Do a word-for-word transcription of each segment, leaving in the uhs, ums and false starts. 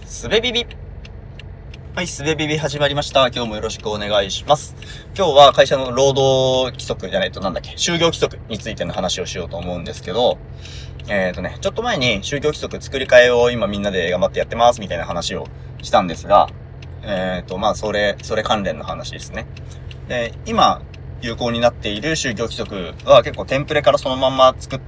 すべビビ。はい、すべビビ始まりました。今日もよろしくお願いします。今日は会社の労働規則じゃないとなんだっけ、就業規則についての話をしようと思うんですけど、えっとね、ちょっと前に就業規則作り替えを今みんなで頑張ってやってますみたいな話をしたんですが、えっと、まあ、それ、それ関連の話ですね。で、今、有効になっている就業規則は結構テンプレからそのまんま作って、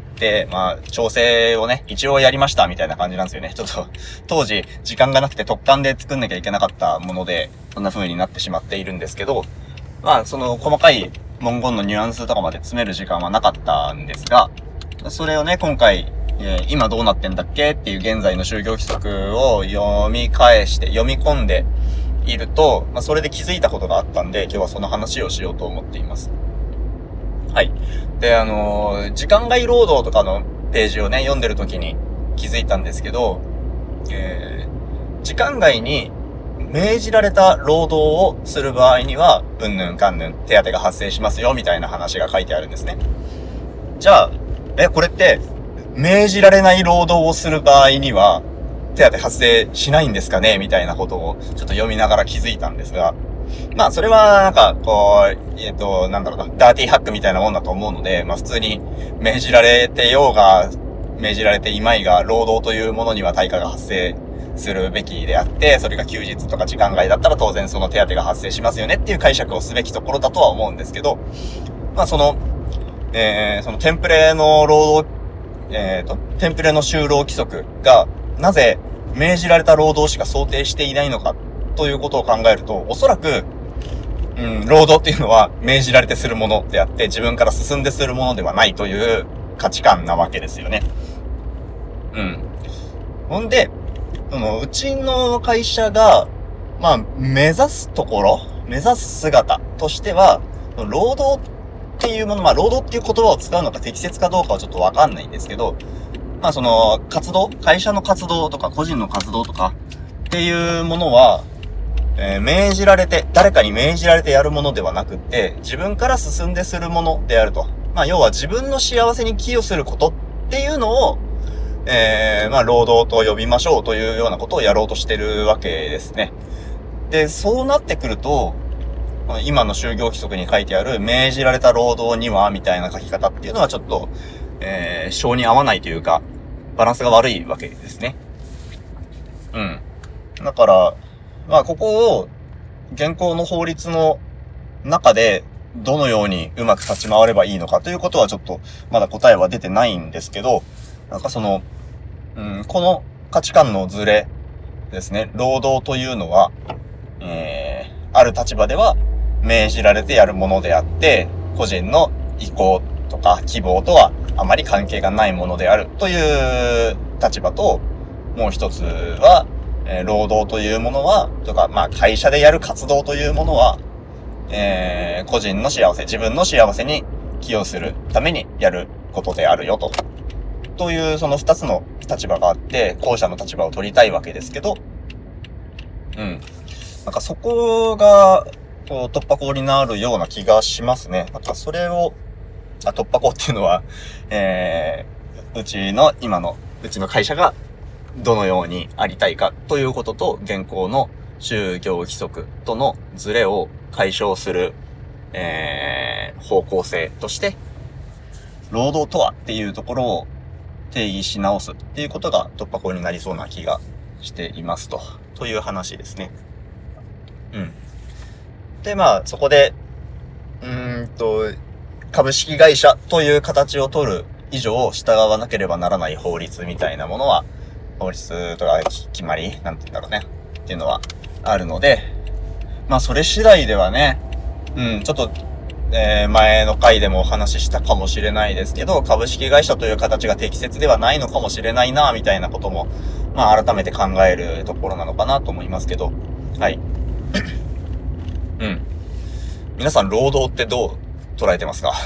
まあ、調整をね、一応やりましたみたいな感じなんですよね。ちょっと、当時、時間がなくて特感で作んなきゃいけなかったもので、そんな風になってしまっているんですけど、まあ、その細かい文言のニュアンスとかまで詰める時間はなかったんですが、それをね、今回、えー、今どうなってんだっけっていう現在の就業規則を読み返して、読み込んで、いると、まあ、それで気づいたことがあったんで、今日はその話をしようと思っています。はい。で、あのー、時間外労働とかのページをね、読んでる時に気づいたんですけど、えー、時間外に命じられた労働をする場合には、うんぬんかんぬん手当が発生しますよ、みたいな話が書いてあるんですね。じゃあ、え、これって、命じられない労働をする場合には、手当発生しないんですかねみたいなことをちょっと読みながら気づいたんですが、まあそれはなんかこう、えっと、なんだろうな、ダーティーハックみたいなもんだと思うので、まあ普通に命じられてようが、命じられていまいが、労働というものには対価が発生するべきであって、それが休日とか時間外だったら当然その手当が発生しますよねっていう解釈をすべきところだとは思うんですけど、まあその、えー、そのテンプレの労働、えっと、テンプレの就労規則が、なぜ命じられた労働しか想定していないのかということを考えると、おそらく、うん、労働っていうのは命じられてするものであって、自分から進んでするものではないという価値観なわけですよね。うん。ほんで、そのうちの会社が、まあ、目指すところ、目指す姿としては、労働っていうもの、まあ、労働っていう言葉を使うのが適切かどうかはちょっとわかんないんですけど、まあその活動、会社の活動とか個人の活動とかっていうものは、えー、命じられて、誰かに命じられてやるものではなくって、自分から進んでするものであると。まあ要は自分の幸せに寄与することっていうのを、えー、まあ労働と呼びましょうというようなことをやろうとしてるわけですね。で、そうなってくると、今の就業規則に書いてある命じられた労働にはみたいな書き方っていうのはちょっと、えー、性に合わないというか、バランスが悪いわけですね。うん。だから、まあ、ここを、現行の法律の中で、どのようにうまく立ち回ればいいのかということはちょっと、まだ答えは出てないんですけど、なんかその、うん、この価値観のズレですね、労働というのは、えー、ある立場では命じられてやるものであって、個人の意向とか希望とはあまり関係がないものであるという立場と、もう一つは、えー、労働というものは、とか、まあ会社でやる活動というものは、えー、個人の幸せ、自分の幸せに寄与するためにやることであるよと。というその二つの立場があって、後者の立場を取りたいわけですけど、うん。なんかそこが、こう突破口になるような気がしますね。なんかそれを、あ、突破口っていうのは、えー、うちの今の、うちの会社がどのようにありたいかということと、現行の就業規則とのズレを解消する、えー、方向性として、労働とはっていうところを定義し直すっていうことが突破口になりそうな気がしていますと、という話ですね。うん。で、まあ、そこで、うーんと、株式会社という形を取る以上従わなければならない法律みたいなものは、法律とか決まりなんて言うんだろうね。っていうのはあるので、まあそれ次第ではね、うん、ちょっと、えー、前の回でもお話ししたかもしれないですけど、株式会社という形が適切ではないのかもしれないな、みたいなことも、まあ改めて考えるところなのかなと思いますけど、はい。うん。皆さん労働ってどう捉えてますか？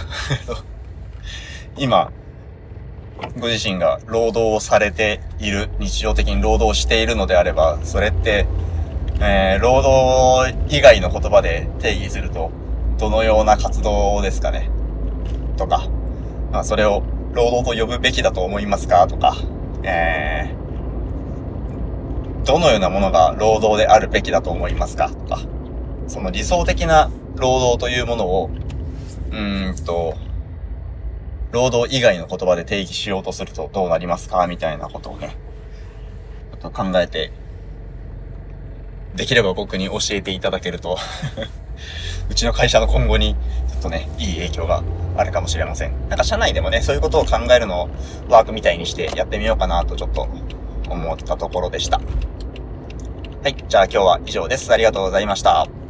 今、ご自身が労働をされている、日常的に労働しているのであれば、それって、えー、労働以外の言葉で定義すると、どのような活動ですかねとか、まあ、それを労働と呼ぶべきだと思いますかとか、えどのようなものが労働であるべきだと思いますかとか、その理想的な労働というものを、うーんと、労働以外の言葉で定義しようとするとどうなりますかみたいなことをね、ちょっと考えて、できれば僕に教えていただけると、うちの会社の今後にちょっとね、いい影響があるかもしれません。なんか社内でもね、そういうことを考えるのをワークみたいにしてやってみようかなとちょっと思ったところでした。はい。じゃあ今日は以上です。ありがとうございました。